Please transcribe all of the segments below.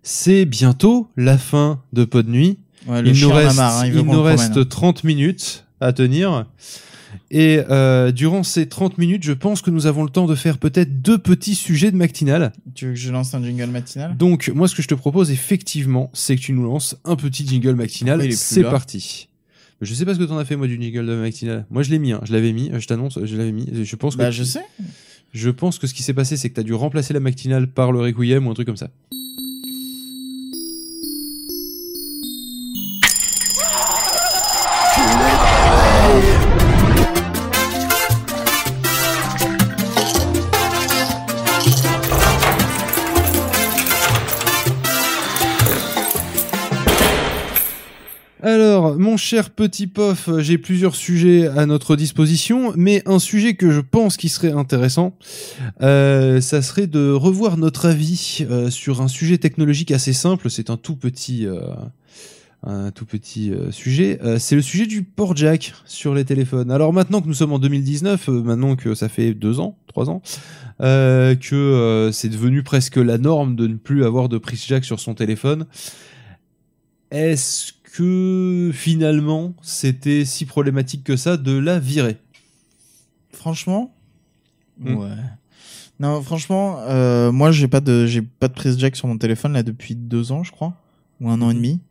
c'est bientôt la fin de Pod Nuit. Ouais, il nous reste 30 minutes à tenir. Et durant ces 30 minutes, je pense que nous avons le temps de faire peut-être 2 petits sujets de matinale. Tu veux que je lance un jingle matinal ? Donc, moi, ce que je te propose, effectivement, c'est que tu nous lances un petit jingle matinal. C'est parti. Je sais pas ce que t'en as fait, moi, du jingle de matinale. Moi, je l'ai mis, hein. Je l'avais mis, je t'annonce, je l'avais mis. Je pense que je sais. Je pense que ce qui s'est passé, c'est que t'as dû remplacer la matinale par le Requiem ou un truc comme ça. Alors, mon cher petit Pof, j'ai plusieurs sujets à notre disposition, mais un sujet que je pense qui serait intéressant, ça serait de revoir notre avis sur un sujet technologique assez simple. C'est un tout petit sujet. C'est le sujet du port jack sur les téléphones. Alors maintenant que nous sommes en 2019, maintenant que ça fait 2 ans, 3 ans, que c'est devenu presque la norme de ne plus avoir de prise jack sur son téléphone, est-ce que finalement c'était si problématique que ça de la virer? Franchement, ouais. Non, franchement, moi j'ai pas de prise jack sur mon téléphone là depuis 2 ans, je crois, ou 1 an et demi.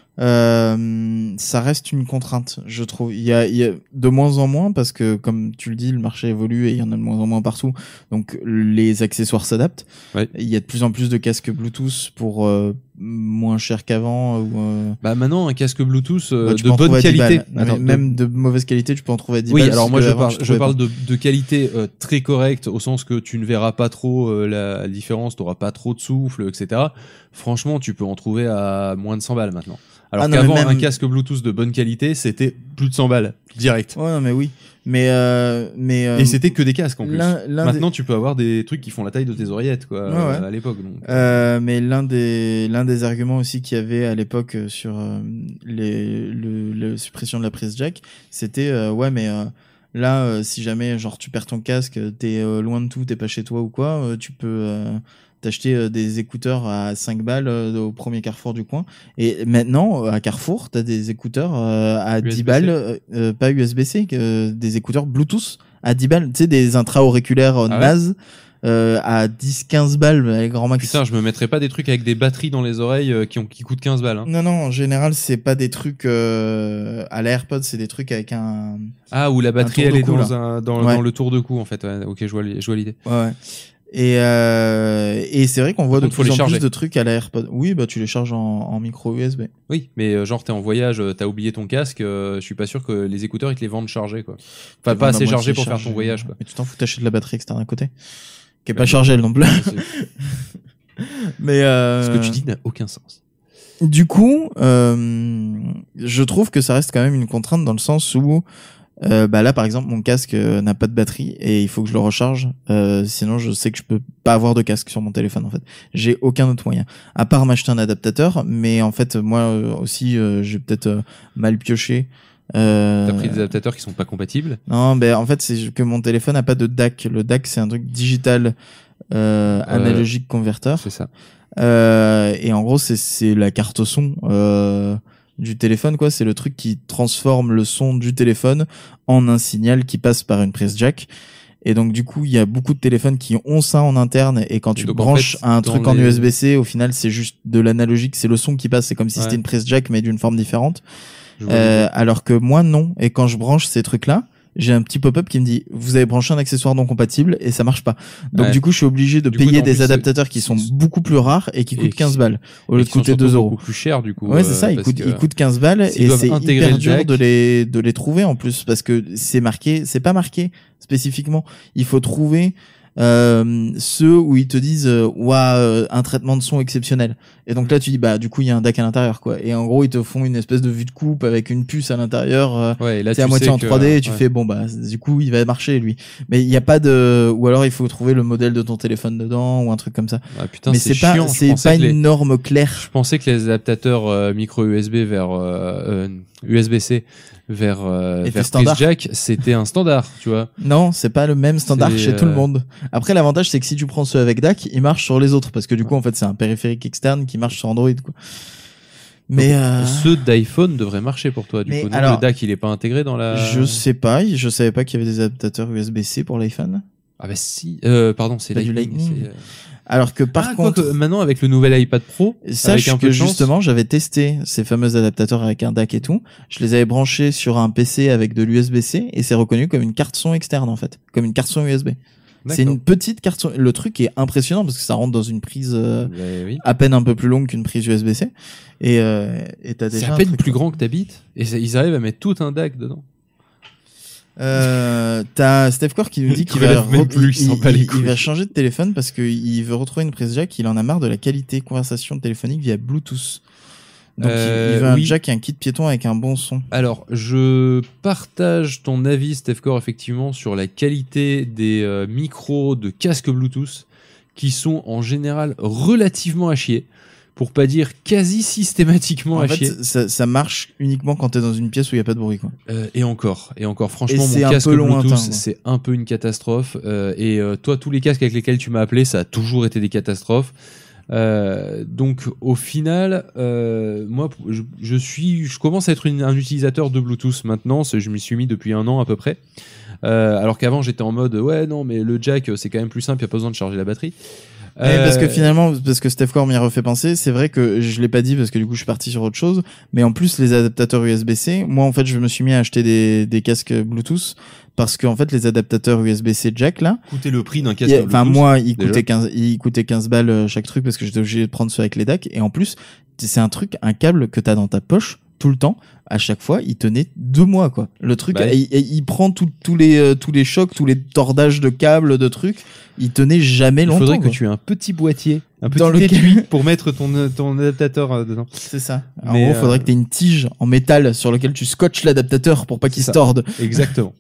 Ça reste une contrainte, je trouve. Il y a de moins en moins parce que, comme tu le dis, le marché évolue et il y en a de moins en moins partout. Donc, les accessoires s'adaptent. Ouais. Il y a de plus en plus de casques Bluetooth pour moins cher qu'avant. Maintenant, un casque Bluetooth de bonne qualité. Même de mauvaise qualité, tu peux en trouver à 10 balles. Oui, alors moi, je parle de qualité très correcte, au sens que tu ne verras pas trop la différence, tu n'auras pas trop de souffle, etc. Franchement, tu peux en trouver à moins de 100 balles maintenant. Alors qu'avant, un casque Bluetooth de bonne qualité, c'était plus de 100 balles, direct. Ouais, non, mais oui. Et c'était que des casques, en plus. Maintenant, tu peux avoir des trucs qui font la taille de tes oreillettes, quoi, ouais. à l'époque. Donc. Mais l'un des arguments aussi qu'il y avait à l'époque sur la suppression de la prise jack, c'était, là, si jamais, genre, tu perds ton casque, t'es loin de tout, t'es pas chez toi ou quoi, tu peux t'acheter des écouteurs à 5 balles au premier Carrefour du coin. Et maintenant, à Carrefour, t'as des écouteurs à USB-C. 10 balles, pas USB-C, des écouteurs Bluetooth à 10 balles. Tu sais, des intra-auriculaires naze à 10-15 balles, les grands max. Putain, je me mettrais pas des trucs avec des batteries dans les oreilles qui coûtent 15 balles. Hein. Non, en général, c'est pas des trucs à l'AirPod, c'est des trucs avec un... Ah, où la batterie, elle est dans le tour de cou, en fait. Ouais, ok, je vois l'idée. Ouais. Et c'est vrai qu'on voit de plus en plus de trucs à l'AirPod. Oui, tu les charges en micro USB. Oui, mais genre t'es en voyage, t'as oublié ton casque, je suis pas sûr que les écouteurs ils te les vendent chargés, quoi. Enfin, pas assez chargés pour faire ton voyage, quoi. Mais tu t'en fous, t'achètes de la batterie externe à côté, qui est pas chargée elle non plus. Mais ce que tu dis n'a aucun sens. Du coup, je trouve que ça reste quand même une contrainte dans le sens où là par exemple mon casque n'a pas de batterie et il faut que je le recharge, sinon je sais que je peux pas avoir de casque sur mon téléphone. En fait, j'ai aucun autre moyen à part m'acheter un adaptateur, mais en fait moi aussi j'ai peut-être mal pioché. T'as pris des adaptateurs qui sont pas compatibles? Non, en fait c'est que mon téléphone n'a pas de DAC. Le DAC c'est un truc digital analogique converteur. C'est ça. Et en gros c'est la carte son du téléphone, quoi. C'est le truc qui transforme le son du téléphone en un signal qui passe par une prise jack. Et donc, du coup, il y a beaucoup de téléphones qui ont ça en interne. Et quand tu branches un truc en USB-C, au final, c'est juste de l'analogique. C'est le son qui passe. C'est comme si c'était une prise jack, mais d'une forme différente. Alors que moi, non. Et quand je branche ces trucs-là, j'ai un petit pop-up qui me dit vous avez branché un accessoire non compatible et ça marche pas. Donc du coup je suis obligé de payer des adaptateurs qui sont beaucoup plus rares et qui coûtent 15 balles au lieu de coûter 2 euros. Beaucoup plus cher du coup. Ouais, c'est ça, ils coûtent 15 balles et c'est hyper dur de les trouver en plus parce que c'est pas marqué spécifiquement. Il faut trouver ceux où ils te disent un traitement de son exceptionnel, et donc là tu dis du coup il y a un DAC à l'intérieur, quoi, et en gros ils te font une espèce de vue de coupe avec une puce à l'intérieur, c'est à moitié en 3D et tu fais du coup il va marcher lui, mais il y a pas de, ou alors il faut trouver le modèle de ton téléphone dedans ou un truc comme ça. Putain, mais c'est pas une norme claire. Je pensais que les adaptateurs micro USB vers USB-C vers Prise standard. Jack, c'était un standard, tu vois. Non, c'est pas le même standard C'est, chez tout le monde. Après, l'avantage, c'est que si tu prends ceux avec DAC, ils marchent sur les autres, parce que du coup, en fait, c'est un périphérique externe qui marche sur Android, quoi. Mais ceux d'iPhone devraient marcher pour toi, du Mais coup. Non, alors, le DAC, il est pas intégré dans la. je sais pas, je savais pas qu'il y avait des adaptateurs USB-C pour l'iPhone. Ah bah si. Pardon, c'est Pas du Lightning. Lightning. Alors que par contre, quoique, maintenant avec le nouvel iPad Pro, sache avec un peu que de chance, justement, j'avais testé ces fameux adaptateurs avec un DAC et tout. Je les avais branchés sur un PC avec de l'USB-C et c'est reconnu comme une carte son externe en fait, comme une carte son USB. C'est une petite carte son. Le truc est impressionnant parce que ça rentre dans une prise oui. à peine un peu plus longue qu'une prise USB-C et t'as déjà. C'est à peine plus grand que ta bite et ils arrivent à mettre tout un DAC dedans. T'as Steph Core qui nous dit qu'il va, il va changer de téléphone parce qu'il veut retrouver une prise jack. Il en a marre de la qualité conversation téléphonique via Bluetooth. Donc il veut un jack et un kit piéton avec un bon son. Alors je partage ton avis, Steph Core, effectivement, sur la qualité des micros de casque Bluetooth qui sont en général relativement à chier. Pour pas dire quasi systématiquement à chier. En fait, ça marche uniquement quand t'es dans une pièce où il y a pas de bruit, quoi. Et encore, franchement, mon casque Bluetooth, c'est un peu une catastrophe. Toi, tous les casques avec lesquels tu m'as appelé, ça a toujours été des catastrophes. Donc, au final, moi, je commence à être un utilisateur de Bluetooth maintenant. Je m'y suis mis depuis 1 an à peu près. Alors qu'avant, j'étais en mode, ouais, non, mais le jack, c'est quand même plus simple, il n'y a pas besoin de charger la batterie. Parce que finalement, parce que Steph Core m'y a refait penser, c'est vrai que je l'ai pas dit parce que du coup je suis parti sur autre chose, mais en plus les adaptateurs USB-C, moi en fait je me suis mis à acheter des casques Bluetooth parce que en fait les adaptateurs USB-C jack là coûtaient le prix d'un casque Bluetooth. Enfin moi il coûtait 15 balles chaque truc parce que j'étais obligé de prendre ceux avec les DAC et en plus c'est un câble que t'as dans ta poche tout le temps. À chaque fois, il tenait 2 mois, quoi. Le truc, il prend tous les chocs, tous les tordages de câbles, de trucs. Il tenait jamais longtemps. Il faudrait que tu aies un petit boîtier, un petit étui pour mettre ton adaptateur dedans. C'est ça. En gros, il faudrait que tu aies une tige en métal sur laquelle tu scotches l'adaptateur pour pas qu'il se torde. Exactement.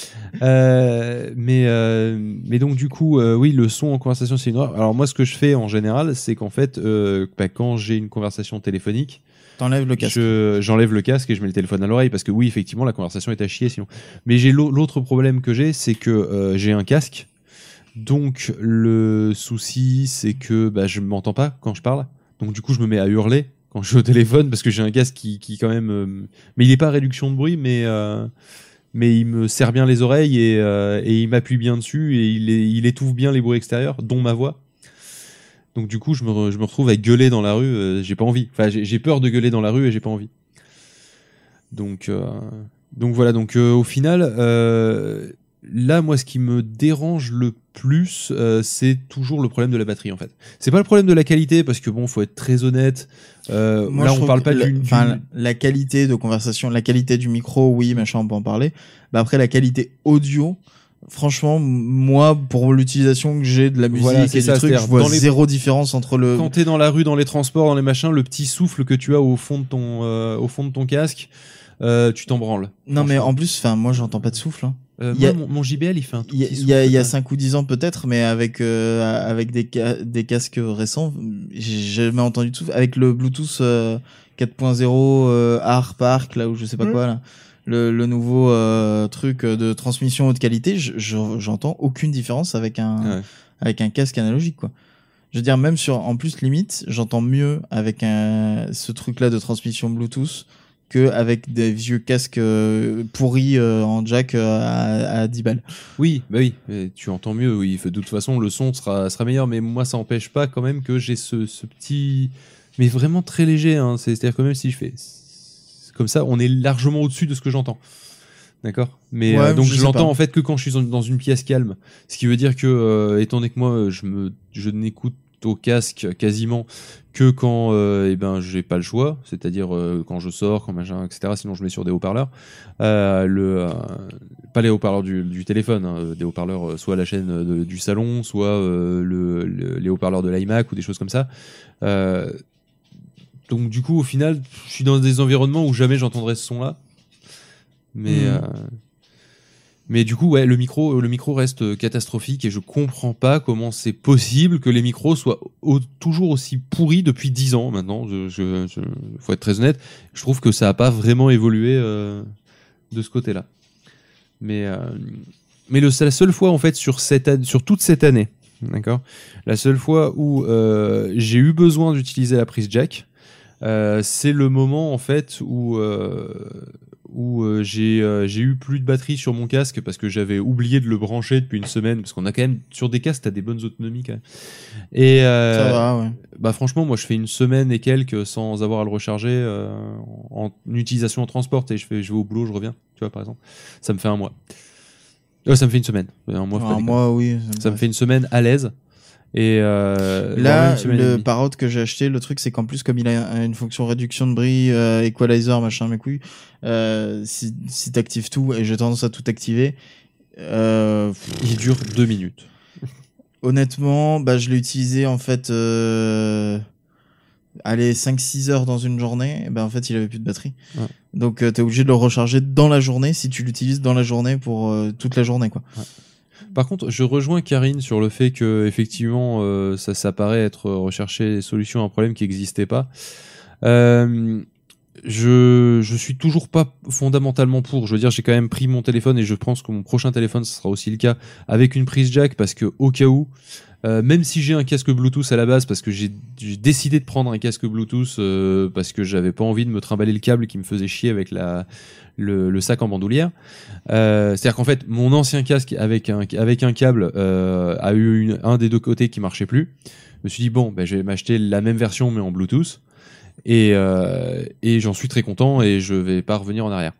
Mais donc du coup, oui, le son en conversation, c'est une horreur. Alors moi, ce que je fais en général, c'est qu'en fait, quand j'ai une conversation téléphonique, t'enlèves le casque. J'enlève le casque et je mets le téléphone à l'oreille parce que oui, effectivement, la conversation est à chier sinon. Mais j'ai l'autre problème que c'est que j'ai un casque. Donc le souci, c'est que je m'entends pas quand je parle. Donc du coup, je me mets à hurler quand je suis au téléphone parce que j'ai un casque qui quand même. Mais il est pas à réduction de bruit, mais il me serre bien les oreilles et il m'appuie bien dessus et il étouffe bien les bruits extérieurs, dont ma voix. Donc du coup, je me retrouve à gueuler dans la rue. J'ai pas envie. Enfin, j'ai peur de gueuler dans la rue et j'ai pas envie. Donc voilà. Donc au final, là, moi, ce qui me dérange le plus, c'est toujours le problème de la batterie, en fait. C'est pas le problème de la qualité, parce que bon, faut être très honnête. Moi, là, on parle pas la qualité de conversation, la qualité du micro, oui, machin, on peut en parler. Après, la qualité audio. Franchement, moi, pour l'utilisation que j'ai de la musique et du truc, je vois zéro différence entre le. Quand t'es dans la rue, dans les transports, dans les machins, le petit souffle que tu as au fond de ton casque, tu t'en branles. Non, mais en plus, moi, j'entends pas de souffle. Hein. Mon JBL, il fait un tout petit souffle. Il y a 5 ou 10 ans peut-être, mais avec des casques récents, j'ai jamais entendu de souffle. Avec le Bluetooth 4.0 ARP, là, ou je sais pas quoi, là. Le nouveau truc de transmission haute qualité, j'entends aucune différence avec un casque analogique, quoi. Je veux dire, même en plus limite, j'entends mieux avec ce truc-là de transmission Bluetooth que avec des vieux casques pourris en jack à 10 balles. Oui, oui, tu entends mieux. Oui, de toute façon, le son sera meilleur, mais moi, ça n'empêche pas quand même que j'ai ce petit, mais vraiment très léger. Hein. C'est-à-dire que même si je fais comme ça, on est largement au-dessus de ce que j'entends. D'accord. Mais donc je l'entends en fait que quand je suis dans une pièce calme. Ce qui veut dire que, étant donné que moi, je n'écoute au casque quasiment que quand j'ai pas le choix, c'est-à-dire quand je sors, quand machin, etc. Sinon je mets sur des haut-parleurs. Pas les haut-parleurs du téléphone, hein, des haut-parleurs soit la chaîne du salon, soit les haut-parleurs de l'iMac ou des choses comme ça. Donc du coup, au final, je suis dans des environnements où jamais j'entendrai ce son-là. Mais du coup, ouais, le micro reste catastrophique et je comprends pas comment c'est possible que les micros soient toujours aussi pourris depuis 10 ans maintenant. Faut être très honnête. Je trouve que ça a pas vraiment évolué de ce côté-là. Mais c'est la seule fois en fait sur toute cette année, d'accord, la seule fois où j'ai eu besoin d'utiliser la prise jack, c'est le moment en fait où j'ai eu plus de batterie sur mon casque parce que j'avais oublié de le brancher depuis une semaine, parce qu'on a quand même sur des casques t'as des bonnes autonomies quand même. Et ça va, ouais. Bah franchement moi je fais une semaine et quelques sans avoir à le recharger en utilisation en transport, et je vais au boulot, je reviens, tu vois, par exemple, ça me fait un mois. Ça me fait une semaine. Un mois, oui. Ça me fait une semaine à l'aise. Et là, le Parrot que j'ai acheté, le truc, c'est qu'en plus, comme il a une fonction réduction de bruit, equalizer, machin, mes couilles, si t'actives tout, et j'ai tendance à tout activer, il dure 2 minutes. Honnêtement, bah, je l'ai utilisé, en fait, 5-6 heures dans une journée, et ben en fait il avait plus de batterie. Ouais. Donc t'es obligé de le recharger dans la journée si tu l'utilises dans la journée pour toute la journée, quoi. Ouais. Par contre, je rejoins Karine sur le fait que effectivement ça paraît être rechercher des solutions à un problème qui n'existait pas. Je suis toujours pas fondamentalement pour. Je veux dire, j'ai quand même pris mon téléphone, et je pense que mon prochain téléphone ce sera aussi le cas, avec une prise jack, parce que au cas où, même si j'ai un casque Bluetooth à la base, parce que j'ai décidé de prendre un casque Bluetooth parce que j'avais pas envie de me trimballer le câble qui me faisait chier avec le sac en bandoulière. C'est-à-dire qu'en fait, mon ancien casque avec un câble a eu un des deux côtés qui marchait plus. Je me suis dit bon, je vais m'acheter la même version mais en Bluetooth. Et j'en suis très content, et je vais pas revenir en arrière.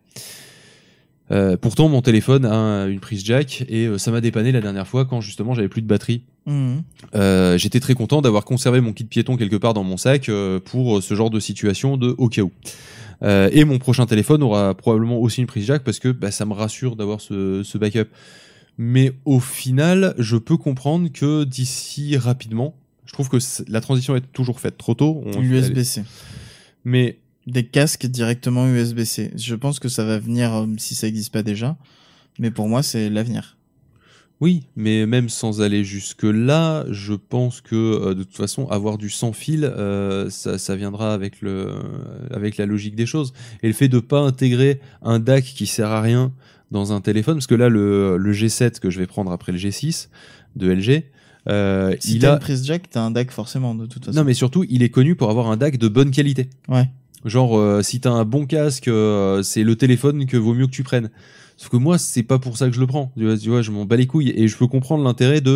Pourtant mon téléphone a une prise jack, et ça m'a dépanné la dernière fois quand justement j'avais plus de batterie. J'étais très content d'avoir conservé mon kit piéton quelque part dans mon sac pour ce genre de situation de au cas où. Et mon prochain téléphone aura probablement aussi une prise jack, parce que ça me rassure d'avoir ce backup. Mais au final, je peux comprendre que d'ici rapidement, je trouve que la transition est toujours faite trop tôt. USB-C. Mais des casques directement USB-C. Je pense que ça va venir si ça n'existe pas déjà. Mais pour moi, c'est l'avenir. Oui, mais même sans aller jusque-là, je pense que de toute façon, avoir du sans fil, ça viendra avec la logique des choses. Et le fait de ne pas intégrer un DAC qui sert à rien dans un téléphone, parce que là, le G7 que je vais prendre après le G6 de LG, si t'as une prise jack, t'as un DAC forcément, de toute façon. Non, mais surtout, il est connu pour avoir un DAC de bonne qualité. Ouais. Genre, si t'as un bon casque, c'est le téléphone que vaut mieux que tu prennes. Sauf que moi, c'est pas pour ça que je le prends. Tu vois, je m'en bats les couilles, et je peux comprendre l'intérêt de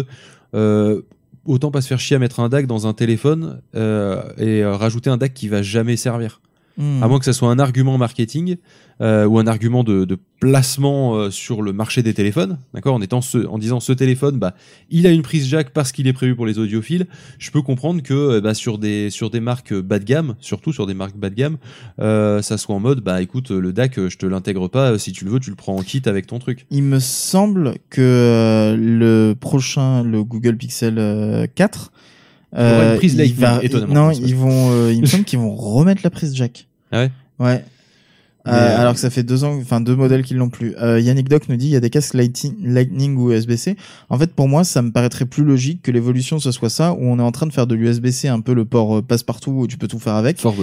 autant pas se faire chier à mettre un DAC dans un téléphone et rajouter un DAC qui va jamais servir. À moins que ça soit un argument marketing ou un argument de placement sur le marché des téléphones, d'accord, en disant ce téléphone, il a une prise jack parce qu'il est prévu pour les audiophiles. Je peux comprendre que sur des marques bas de gamme, surtout sur des marques bas de gamme, ça soit en mode écoute, le DAC je te l'intègre pas, si tu le veux tu le prends en kit avec ton truc. Il me semble que le Google Pixel 4 une prise Lightning, étonnamment. Non, il me semble qu'ils vont remettre la prise jack. Ah ouais? Ouais. Alors que ça fait 2 ans, enfin 2 modèles qui l'ont plus. Yannick Doc nous dit il y a des casques Lightning ou USB-C. En fait, pour moi, ça me paraîtrait plus logique que l'évolution ce soit ça, où on est en train de faire de l'USB-C un peu le port passe-partout où tu peux tout faire avec. Ça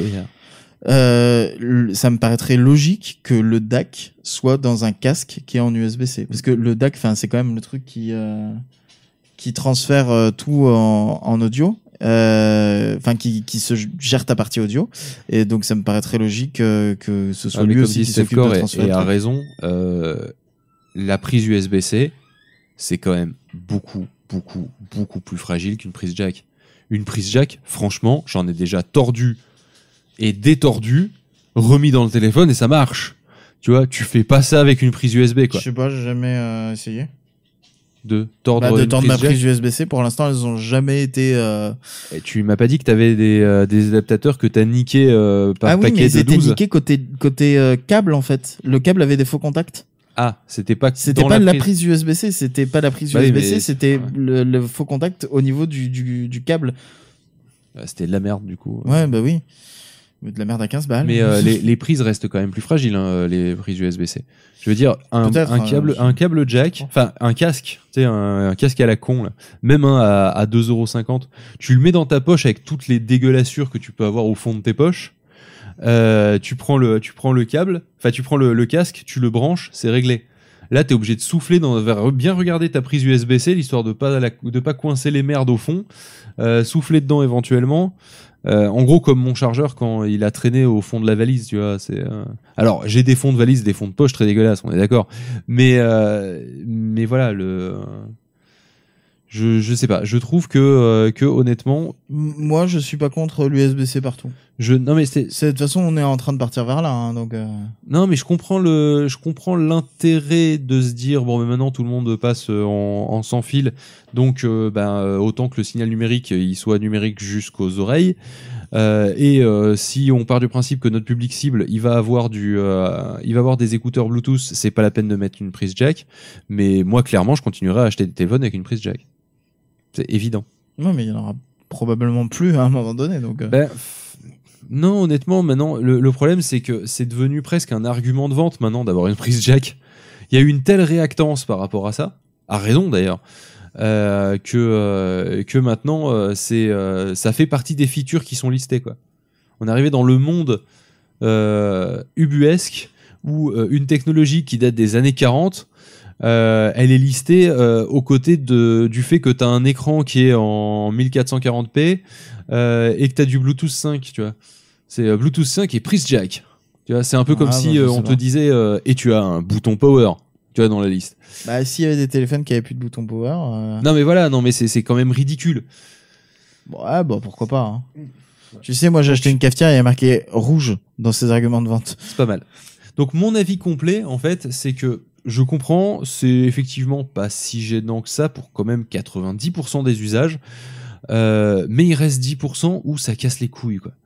me paraîtrait logique que le DAC soit dans un casque qui est en USB-C, parce que le DAC, c'est quand même le truc qui transfère tout en audio. Qui se gère ta partie audio, et donc ça me paraît très logique que ce soit lui aussi qui s'occupe de transférer. Et a raison, la prise USB-C c'est quand même beaucoup plus fragile qu'une prise jack. Une prise jack, franchement, j'en ai déjà tordu et détordu, remis dans le téléphone, et ça marche. Tu vois, tu fais pas ça avec une prise USB, quoi. Je sais pas, j'ai jamais essayé de tordre ma prise USB-C. Pour l'instant, elles ont jamais été. Et tu m'as pas dit que t'avais des adaptateurs que t'as niqués par paquet de 12. Ah oui, mais ils étaient niqués côté câble, en fait. Le câble avait des faux contacts. Ah, c'était pas la prise USB-C, c'était pas la prise USB-C, c'était le faux contact au niveau du câble. C'était de la merde, du coup. Ouais, bah oui. De la merde à 15 balles. Mais les prises restent quand même plus fragiles, les prises USB-C. Je veux dire, un câble jack, enfin un casque, tu sais, un casque à la con, là, même à 2,50€, tu le mets dans ta poche avec toutes les dégueulassures que tu peux avoir au fond de tes poches. tu prends le câble, enfin tu prends le casque, tu le branches, c'est réglé. Là, t'es obligé de souffler bien regarder ta prise USB-C, l'histoire de pas coincer les merdes au fond, souffler dedans éventuellement. En gros, comme mon chargeur quand il a traîné au fond de la valise, tu vois. Alors, j'ai des fonds de valise, des fonds de poche très dégueulasses, on est d'accord. Mais voilà, je sais pas. Je trouve que honnêtement, moi, je suis pas contre l'USB-C partout. Non mais de toute façon, on est en train de partir vers là, hein, donc. Non, mais je comprends l'intérêt de se dire bon, mais maintenant tout le monde passe en sans fil, donc autant que le signal numérique il soit numérique jusqu'aux oreilles. Si on part du principe que notre public cible, il va avoir des écouteurs Bluetooth, c'est pas la peine de mettre une prise jack. Mais moi, clairement, je continuerai à acheter des téléphones avec une prise jack. C'est évident. Non, mais il y en aura probablement plus à un moment donné, donc. Non, honnêtement, maintenant, le problème, c'est que c'est devenu presque un argument de vente maintenant d'avoir une prise jack. Il y a eu une telle réactance par rapport à ça, à raison d'ailleurs, que maintenant, ça fait partie des features qui sont listées, quoi. On est arrivé dans le monde ubuesque où une technologie qui date des années 40, elle est listée aux côtés du fait que tu as un écran qui est en 1440p et que tu as du Bluetooth 5, tu vois. C'est Bluetooth 5 et prise jack. Tu vois, c'est un peu comme si on te disait et tu as un bouton power, tu vois, dans la liste. Bah, s'il y avait des téléphones qui avaient plus de bouton power. Non, mais voilà, c'est quand même ridicule. Ouais, bah pourquoi pas. Hein. Tu sais, moi j'ai acheté une cafetière et il y a marqué rouge dans ses arguments de vente. C'est pas mal. Donc mon avis complet, en fait, c'est que je comprends, c'est effectivement pas si gênant que ça pour quand même 90% des usages, mais il reste 10% où ça casse les couilles, quoi.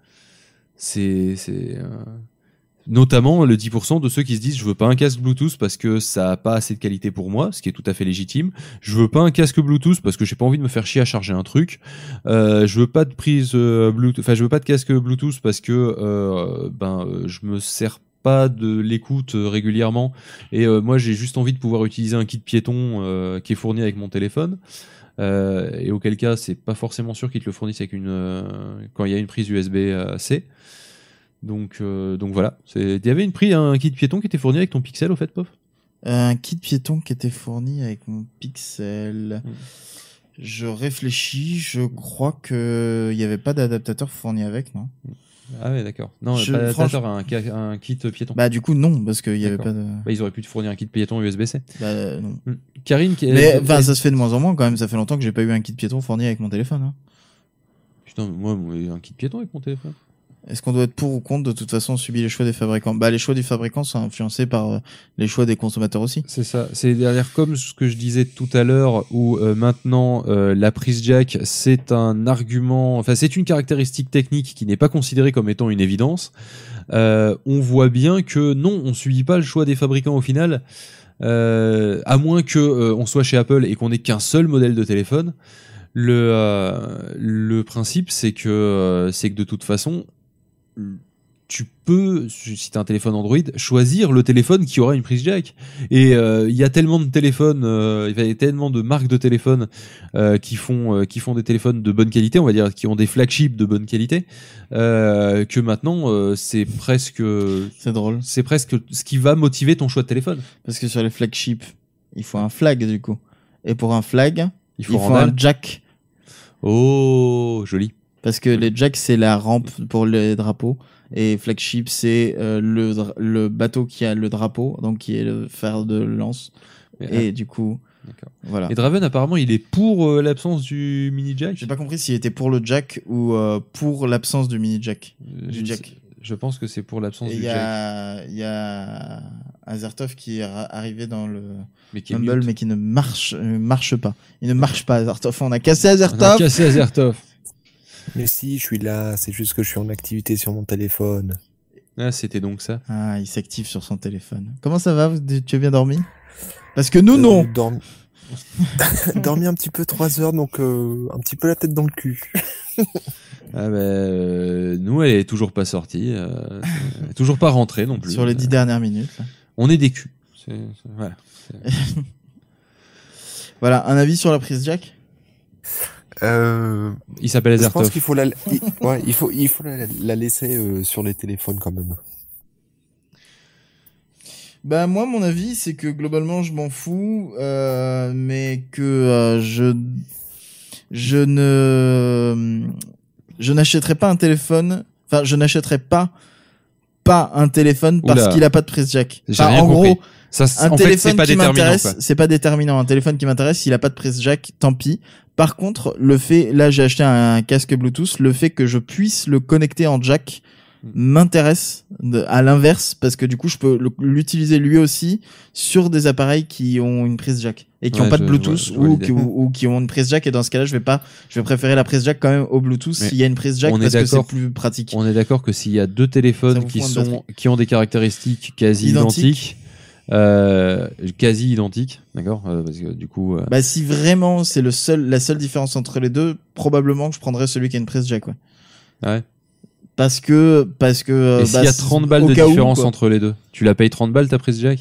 Notamment le 10% de ceux qui se disent je veux pas un casque Bluetooth parce que ça a pas assez de qualité pour moi, ce qui est tout à fait légitime. Je veux pas un casque Bluetooth parce que j'ai pas envie de me faire chier à charger un truc. Je veux pas de prise Bluetooth, enfin je veux pas de casque Bluetooth parce que je me sers pas de l'écoute régulièrement et moi j'ai juste envie de pouvoir utiliser un kit piéton qui est fourni avec mon téléphone. Et auquel cas c'est pas forcément sûr qu'ils te le fournissent avec quand il y a une prise USB-C. Donc voilà. Il y avait un kit piéton qui était fourni avec ton Pixel au fait, Pof ? Un kit piéton qui était fourni avec mon Pixel. Je réfléchis, je crois que il y avait pas d'adaptateur fourni avec, non ? Ah ouais, d'accord. Non, pas d'adaptateur, un kit piéton. Bah du coup non, parce qu'il y avait pas de. Bah ils auraient pu te fournir un kit piéton USB-C. Bah non. Karine, mais enfin ça se fait de moins en moins quand même. Ça fait longtemps que j'ai pas eu un kit piéton fourni avec mon téléphone. Hein. Putain, moi un kit piéton avec mon téléphone. Est-ce qu'on doit être pour ou contre ? De toute façon, on subit les choix des fabricants. Bah, les choix du fabricant sont influencés par les choix des consommateurs aussi. C'est ça. C'est derrière comme ce que je disais tout à l'heure, où maintenant la prise jack, c'est un argument, enfin c'est une caractéristique technique qui n'est pas considérée comme étant une évidence. On voit bien que non, on subit pas le choix des fabricants au final, à moins que on soit chez Apple et qu'on ait qu'un seul modèle de téléphone. Le principe, c'est que de toute façon tu peux, si tu as un téléphone Android, choisir le téléphone qui aura une prise jack. Et il y a tellement de téléphones, il y a tellement de marques de téléphones qui font des téléphones de bonne qualité, on va dire, qui ont des flagships de bonne qualité, que maintenant c'est presque... C'est drôle. C'est presque ce qui va motiver ton choix de téléphone. Parce que sur les flagships, il faut un flag du coup. Et pour un flag, il faut un jack. Oh, joli. Parce que les jacks, c'est la rampe pour les drapeaux. Et flagship, c'est le bateau qui a le drapeau, donc qui est le fer de lance. Et du coup, voilà. Et Draven, apparemment, il est pour l'absence du mini jack. J'ai pas compris s'il était pour le jack ou pour l'absence du mini jack. Du jack. Je pense que c'est pour l'absence du jack. Il y a Azertov qui est arrivé dans le Humble, mais qui ne marche pas. Il ne marche pas, Azertov. On a cassé Azertov. Mais si, je suis là, c'est juste que je suis en activité sur mon téléphone. Ah, c'était donc ça. Ah, il s'active sur son téléphone. Comment ça va ? Tu as bien dormi ? Parce que nous, non. Dormi un petit peu 3 heures, donc un petit peu la tête dans le cul. Ah nous, elle est toujours pas sortie. Elle est toujours pas rentrée non plus. Sur les 10 dernières minutes. Là. On est des culs. Voilà. Voilà, un avis sur la prise jack ? Il s'appelle Je pense Azertov. qu'il faut il faut la laisser sur les téléphones quand même. Bah moi mon avis c'est que globalement je m'en fous mais que je n'achèterai pas un téléphone, enfin je n'achèterai pas un téléphone parce Oula. qu'il a pas de prise jack. J'ai Enfin, rien en compris. gros, Ça, un en fait, téléphone c'est pas qui déterminant, m'intéresse, quoi. c'est pas déterminant. Un téléphone qui m'intéresse, s'il a pas de prise jack, tant pis. Par contre, le fait, là j'ai acheté un casque Bluetooth, le fait que je puisse le connecter en jack m'intéresse à l'inverse parce que du coup je peux l'utiliser lui aussi sur des appareils qui ont une prise jack et qui Ouais, ont pas de je Bluetooth vois l'idée. ou qui ont une prise jack, et dans ce cas-là je vais préférer la prise jack quand même au Bluetooth Mais s'il y a une prise jack on est parce que c'est d'accord. plus pratique. On est d'accord que s'il y a deux Ça téléphones vous fout un qui ont des caractéristiques quasi Identique. identiques, d'accord, parce que du coup, Bah si vraiment c'est la seule différence entre les deux, probablement que je prendrais celui qui a une prise jack, ouais. ouais. Parce que Et s'il y a 30 balles au de cas où, différence quoi. entre les deux, tu la payes 30 balles ta prise jack?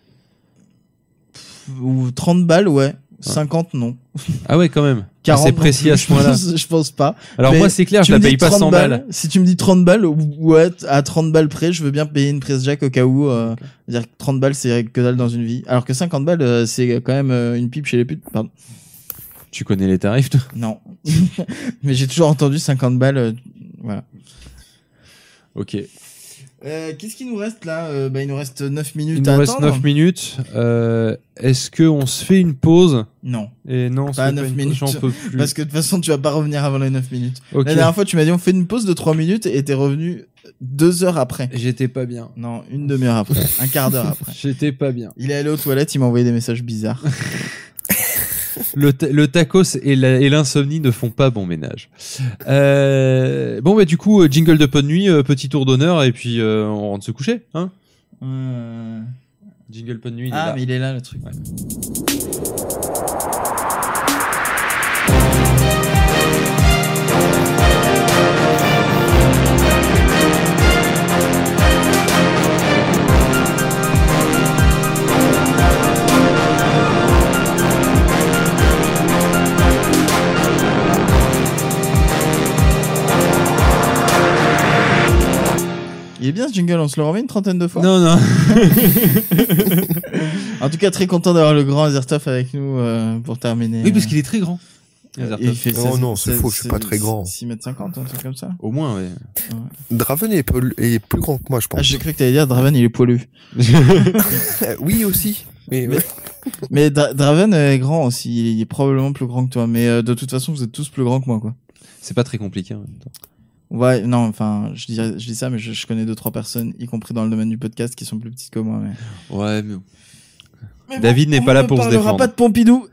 Ou 30 balles, ouais. 50 non. Ah ouais, quand même. 40 c'est précis non à plus, ce point-là. je pense pas. Alors Mais moi, c'est clair, tu je la me dis paye pas 30 100 balles. Si tu me dis 30 balles, ouais, à 30 balles près, je veux bien payer une prise jack au cas où. Dire que 30 balles, c'est que dalle dans une vie. Alors que 50 balles, c'est quand même une pipe chez les putes. Pardon. Tu connais les tarifs, toi? Non. Mais j'ai toujours entendu 50 balles. Voilà. Ok. Qu'est-ce qu'il nous reste là Bah, il nous reste 9 minutes Il à nous reste attendre. 9 minutes. Est-ce qu'on se fait une pause? Non. Et non, Pas c'est 9 une pause, minutes. j'en peux plus. Parce que de toute façon, tu vas pas revenir avant les 9 minutes. Ok. La dernière fois, tu m'as dit on fait une pause de 3 minutes et t'es revenu 2 heures après. J'étais pas bien. Non, une demi-heure après. Un quart d'heure après. J'étais pas bien. Il est allé aux toilettes, il m'a envoyé des messages bizarres. Le tacos et l'insomnie ne font pas bon ménage. Bon, bah, du coup, jingle de pot de nuit, petit tour d'honneur, et puis on rentre se coucher, hein? Jingle pot de nuit, il est Ah, là. mais il est là le truc. Ouais. Il est bien ce jingle, on se le remet une trentaine de fois. Non, non. En tout cas, très content d'avoir le grand Azertov avec nous pour terminer. Oui, parce qu'il est très grand. Il fait Oh non, c'est faux, je suis pas très grand. 6,50 m, un truc comme ça. Au moins, ouais. Draven est plus grand que moi, je Ah, pense. j'ai cru que t'allais dire Draven, il est poilu. Oui, aussi. Mais, ouais. Mais Draven est grand aussi, il est probablement plus grand que toi. Mais de toute façon, vous êtes tous plus grands que moi, quoi. C'est pas très compliqué en même temps. Ouais, non, enfin, je dis ça, mais je connais 2-3 personnes, y compris dans le domaine du podcast, qui sont plus petites que moi. Mais... Ouais, mais Mais David n'est pas là pour se On ne parlera défendre. pas de Pompidou.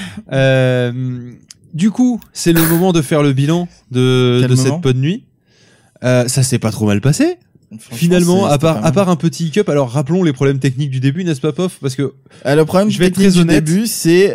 Du coup, c'est le moment de faire le bilan de Quel moment cette pot de nuit. Ça s'est pas trop mal passé. Franchement, Finalement, à c'était pas mal. part un petit hiccup, alors rappelons les problèmes techniques du début, n'est-ce pas, Pof? Parce que Le problème Je vais être technique très du honnête. début, c'est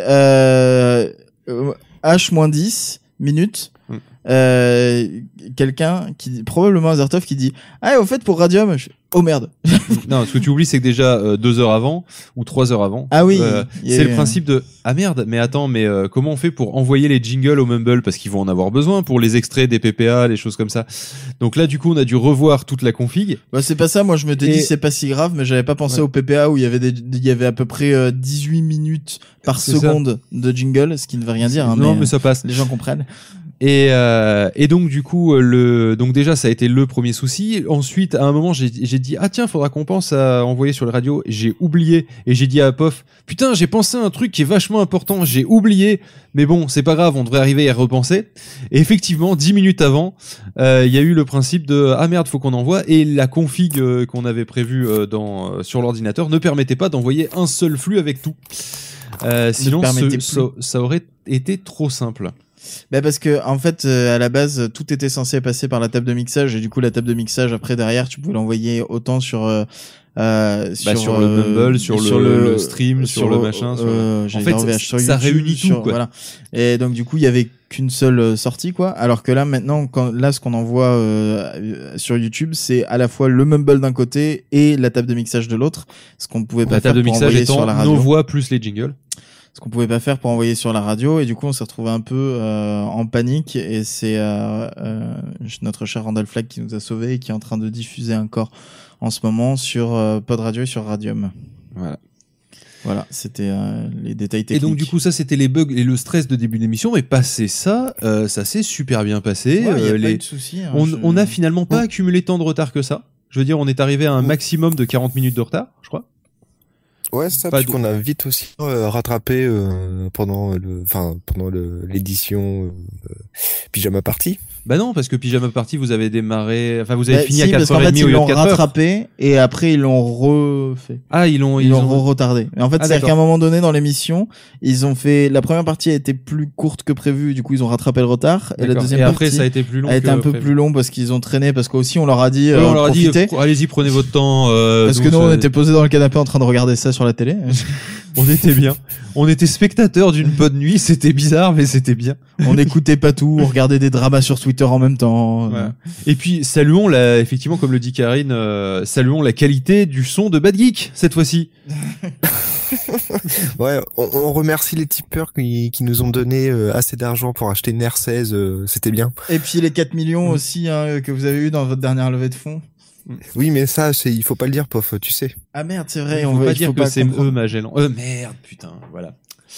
H-10 minutes. Quelqu'un qui probablement Azertov qui dit au fait pour Radium oh merde. non, ce que tu oublies, c'est que déjà 2 heures avant ou 3 heures avant, Ah oui, c'est le principe de ah merde, mais attends, mais comment on fait pour envoyer les jingles au Mumble parce qu'ils vont en avoir besoin pour les extraits des PPA, les choses comme ça. Donc là, du coup, on a dû revoir toute la config. Bah c'est pas ça, moi je me Et- dit c'est pas si grave, mais j'avais pas pensé Ouais. au PPA où il y avait à peu près 18 minutes par C'est ça. seconde de jingle, ce qui ne veut rien dire, hein, non, mais mais ça passe. les gens comprennent. Et donc du coup donc déjà ça a été le premier souci. Ensuite à un moment j'ai dit ah tiens faudra qu'on pense à envoyer sur les radios. J'ai oublié et j'ai dit à Pof putain j'ai pensé à un truc qui est vachement important, j'ai oublié, mais bon c'est pas grave, on devrait arriver à y repenser. Et effectivement 10 minutes avant il y a eu le principe de ah merde faut qu'on envoie, et la config qu'on avait prévue sur l'ordinateur ne permettait pas d'envoyer un seul flux avec tout. Sinon permettait ça aurait été trop simple. Bah parce que en fait à la base tout était censé passer par la table de mixage, et du coup la table de mixage après derrière tu pouvais l'envoyer autant sur sur le Mumble, sur le stream, sur le machin. En fait, sur ça YouTube, réunit tout, quoi. Voilà. Et donc du coup il y avait qu'une seule sortie, quoi. Alors que là maintenant, ce qu'on envoie sur YouTube, c'est à la fois le Mumble d'un côté et la table de mixage de l'autre. Ce qu'on ne pouvait pas La faire table de pour mixage envoyer sur la étant radio. nos voix plus les jingles. ce qu'on pouvait pas faire pour envoyer sur la radio, et du coup on s'est retrouvé un peu en panique, et c'est notre cher Randall Flagg qui nous a sauvés et qui est en train de diffuser encore en ce moment sur Pod Radio et sur Radium. Voilà, c'était les détails techniques. Et donc du coup ça c'était les bugs et le stress de début d'émission, mais passé ça, ça s'est super bien passé. Y a pas eu de soucis, hein, on a finalement pas accumulé tant de retard que ça. Je veux dire, on est arrivé à un maximum de 40 minutes de retard, je crois. Ouais, c'est ça, puisqu'on a vite aussi rattrapé pendant l'édition Pyjama Party. Bah non, parce que Pyjama Party, vous avez démarré, enfin vous avez fini à 4h30 parce qu'en fait, au lieu de 4h. Ils l'ont rattrapé et après ils l'ont refait. Ah, ils l'ont retardé. Et en fait, c'est-à-dire qu'à un moment donné dans l'émission, ils ont fait, la première partie a été plus courte que prévu, du coup ils ont rattrapé le retard. Et la deuxième partie après, ça a été plus long. A été un peu plus long parce qu'ils ont traîné, parce qu'aussi on leur a dit, on leur a dit, profitez. allez-y, prenez votre temps. Parce que nous, on était posés dans le canapé en train de regarder ça sur la télé. On était bien. On était spectateurs d'une bonne nuit. C'était bizarre, mais c'était bien. On n'écoutait pas tout. On regardait des dramas sur Twitter en même temps. Ouais. Et puis, saluons effectivement, comme le dit Karine, saluons la qualité du son de Bad Geek, cette fois-ci. Ouais, on remercie les tipeurs qui nous ont donné assez d'argent pour acheter NER 16. C'était bien. Et puis les 4 millions aussi, hein, que vous avez eu dans votre dernière levée de fonds. Oui, mais ça, il faut pas le dire, Pof, tu sais. Ah merde, c'est vrai. On va dire que c'est Magellan. Merde, putain, voilà.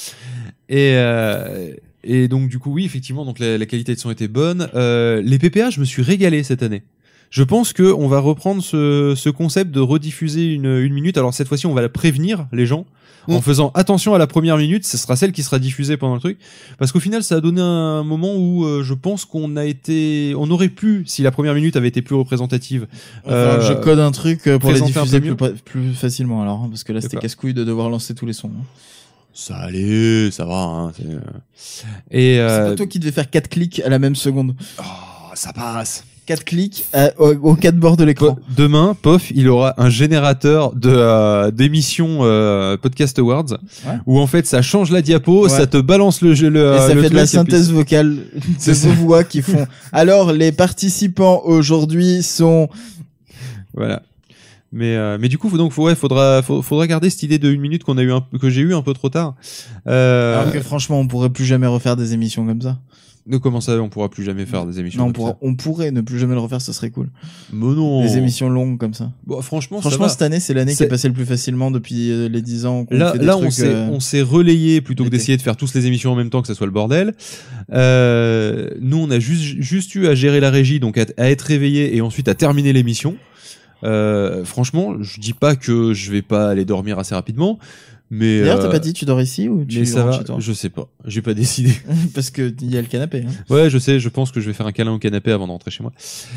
Et donc du coup, oui, effectivement, donc la qualité de son était bonne. Les PPA, je me suis régalé cette année. Je pense que on va reprendre ce concept de rediffuser une minute. Alors cette fois-ci, on va la prévenir les gens. En faisant attention à la première minute, ce sera celle qui sera diffusée pendant le truc, parce qu'au final ça a donné un moment où je pense qu'on aurait pu, si la première minute avait été plus représentative, je code un truc pour les diffuser plus facilement alors, parce que là c'était casse-couille de devoir lancer tous les sons. Ça allait, ça va, hein, et c'est pas toi qui devais faire 4 clics à la même seconde. Oh, ça passe. 4 clics aux 4 bords de l'écran. Demain, Pof, il aura un générateur d'émissions Podcast Awards, où en fait ça change la diapo, ça te balance le et ça fait de la synthèse vocale de vos voix qui font. Alors les participants aujourd'hui sont. Voilà. Mais du coup, faudra garder cette idée de 1 minute que j'ai eu un peu trop tard. Alors que franchement, on pourrait plus jamais refaire des émissions comme ça. Comment ça, on pourra plus jamais faire des émissions comme ça. On pourrait ne plus jamais le refaire, ce serait cool. Mais non. Des émissions longues comme ça. Bon, franchement, cette année, c'est l'année qui est passée le plus facilement depuis les 10 ans. Là, on s'est relayé plutôt que d'essayer de faire tous les émissions en même temps, que ça soit le bordel. Nous, on a juste eu à gérer la régie, donc à être réveillé et ensuite à terminer l'émission. Franchement, je dis pas que je vais pas aller dormir assez rapidement. Mais d'ailleurs, t'as pas dit tu dors ici ou tu rentres chez toi ? Je sais pas, j'ai pas décidé. Parce que il y a le canapé. Hein. Ouais, je sais. Je pense que je vais faire un câlin au canapé avant de rentrer chez moi.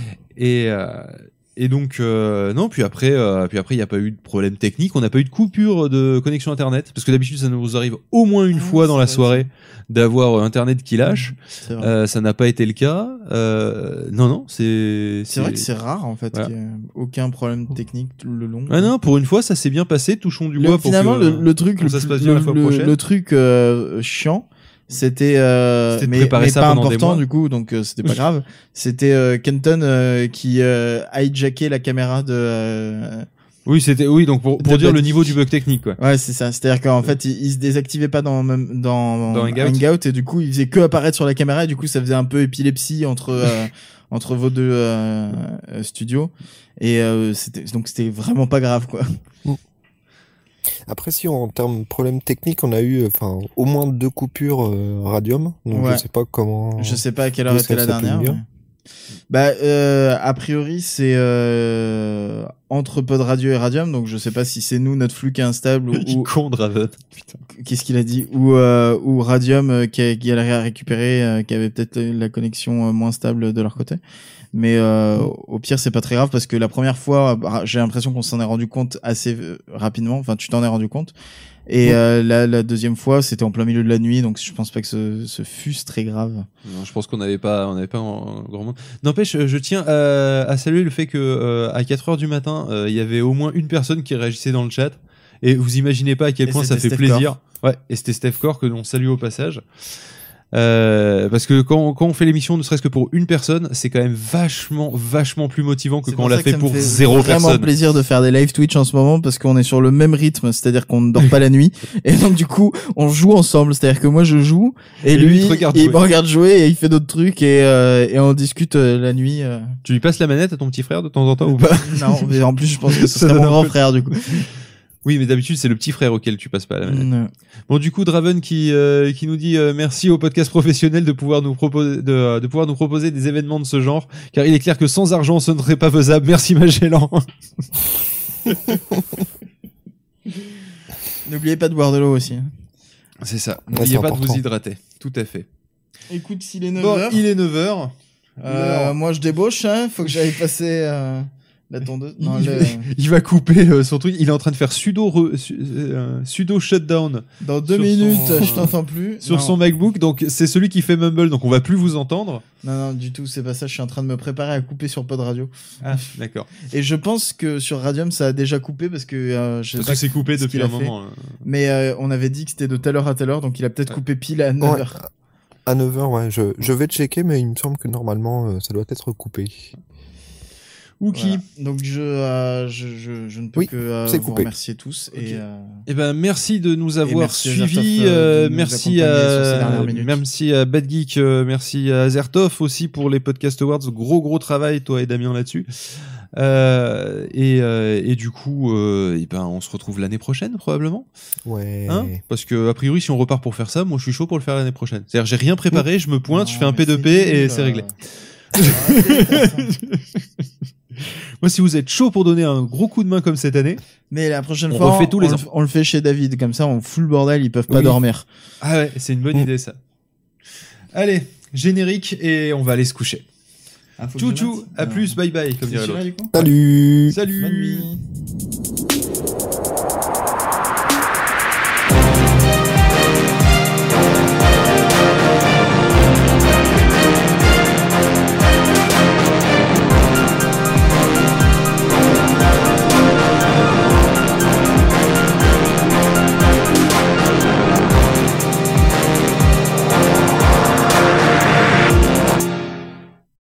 Et donc non. Puis après, il y a pas eu de problème technique. On n'a pas eu de coupure de connexion internet, parce que d'habitude ça nous arrive au moins une fois dans la soirée d'avoir internet qui lâche. Ça n'a pas été le cas. Non, c'est vrai que c'est rare en fait. Qu'il y ait aucun problème technique le long. Ah non, pour une fois ça s'est bien passé. Touchons du bois. Finalement, le truc ça se passe bien la fois prochaine. Le truc chiant. C'était mais pas important du coup, donc c'était pas grave. C'était Kenton qui hijackait la caméra de oui, donc pour dire le niveau du bug technique, quoi. Ouais, c'est ça. C'est-à-dire qu'en fait, il se désactivait pas dans Hangout, et du coup, il faisait que apparaître sur la caméra, et du coup, ça faisait un peu épilepsie entre vos deux studios, et c'était vraiment pas grave, quoi. Après, si en termes de problèmes techniques, on a eu au moins 2 coupures Radium, donc je sais pas comment. Je sais pas à quelle heure était la dernière. Bah a priori c'est entre Pod Radio et Radium, donc je sais pas si c'est nous, notre flux qui est instable ou con de Raven. Putain. Qu'est-ce qu'il a dit, ou Radium qui a récupéré, qui avait peut-être la connexion moins stable de leur côté. Mais au pire c'est pas très grave, parce que la première fois j'ai l'impression qu'on s'en est rendu compte assez rapidement, enfin tu t'en es rendu compte, et la deuxième fois c'était en plein milieu de la nuit, donc je pense pas que ce fût très grave. Non, je pense qu'on n'avait pas en grand monde. N'empêche, je tiens à saluer le fait que à 4h du matin il y avait au moins une personne qui réagissait dans le chat, et vous imaginez pas à quel point ça fait plaisir. Ouais, et c'était Steph Core, que l'on salue au passage. Parce que quand on fait l'émission, ne serait-ce que pour une personne, c'est quand même vachement plus motivant que quand on l'a fait pour 0 personne. C'est vraiment plaisir de faire des live Twitch en ce moment parce qu'on est sur le même rythme, c'est-à-dire qu'on ne dort pas la nuit. Et donc, du coup, on joue ensemble. C'est-à-dire que moi, je joue et lui, il me regarde jouer et il fait d'autres trucs et on discute la nuit. Tu lui passes la manette à ton petit frère de temps en temps ou pas? Non, mais en plus, je pense que ce serait mon grand frère, du coup. Oui, mais d'habitude, c'est le petit frère auquel tu passes pas la manette. Bon, du coup, Draven qui nous dit merci au podcast professionnel de pouvoir nous proposer de pouvoir nous proposer des événements de ce genre, car il est clair que sans argent, ce ne serait pas faisable. Merci Magellan. N'oubliez pas de boire de l'eau aussi. C'est ça. N'oubliez pas de vous hydrater. Tout à fait. Écoute, s'il est 9h. Bon, il est 9h. Moi, je débauche, hein. Faut que j'aille passer la tondeuse. Non, il va couper son truc. Il est en train de faire sudo shutdown. Dans 2 minutes, je t'entends plus. Sur son MacBook. Donc, c'est celui qui fait Mumble. Donc, on va plus vous entendre. Non, du tout. C'est pas ça. Je suis en train de me préparer à couper sur Pod Radio. Ah, d'accord. Et je pense que sur Radium, ça a déjà coupé parce que parce que c'est coupé depuis un moment. Mais on avait dit que c'était de telle heure à telle heure. Donc, il a peut-être coupé pile à 9h. Ouais. À 9h, ouais. Je vais checker, mais il me semble que normalement, ça doit être coupé. Ouki. Voilà. Donc je ne peux que vous remercier tous et ben merci de nous avoir suivis, merci à Bad Geek, merci à Zertov aussi pour les Podcast Awards, gros travail toi et Damien là-dessus. Et du coup on se retrouve l'année prochaine probablement. Ouais. Hein, parce que a priori si on repart pour faire ça, moi je suis chaud pour le faire l'année prochaine. C'est-à-dire j'ai rien préparé, je me pointe, je fais un P2P et c'est réglé. Moi, si vous êtes chaud pour donner un gros coup de main comme cette année, mais la prochaine fois, on le fait chez David, comme ça, on fout le bordel, ils peuvent pas dormir. Ah ouais, c'est une bonne idée ça. Allez, générique et on va aller se coucher. Tchou, à plus, bye bye, comme dirait l'autre. Salut. Bonne nuit.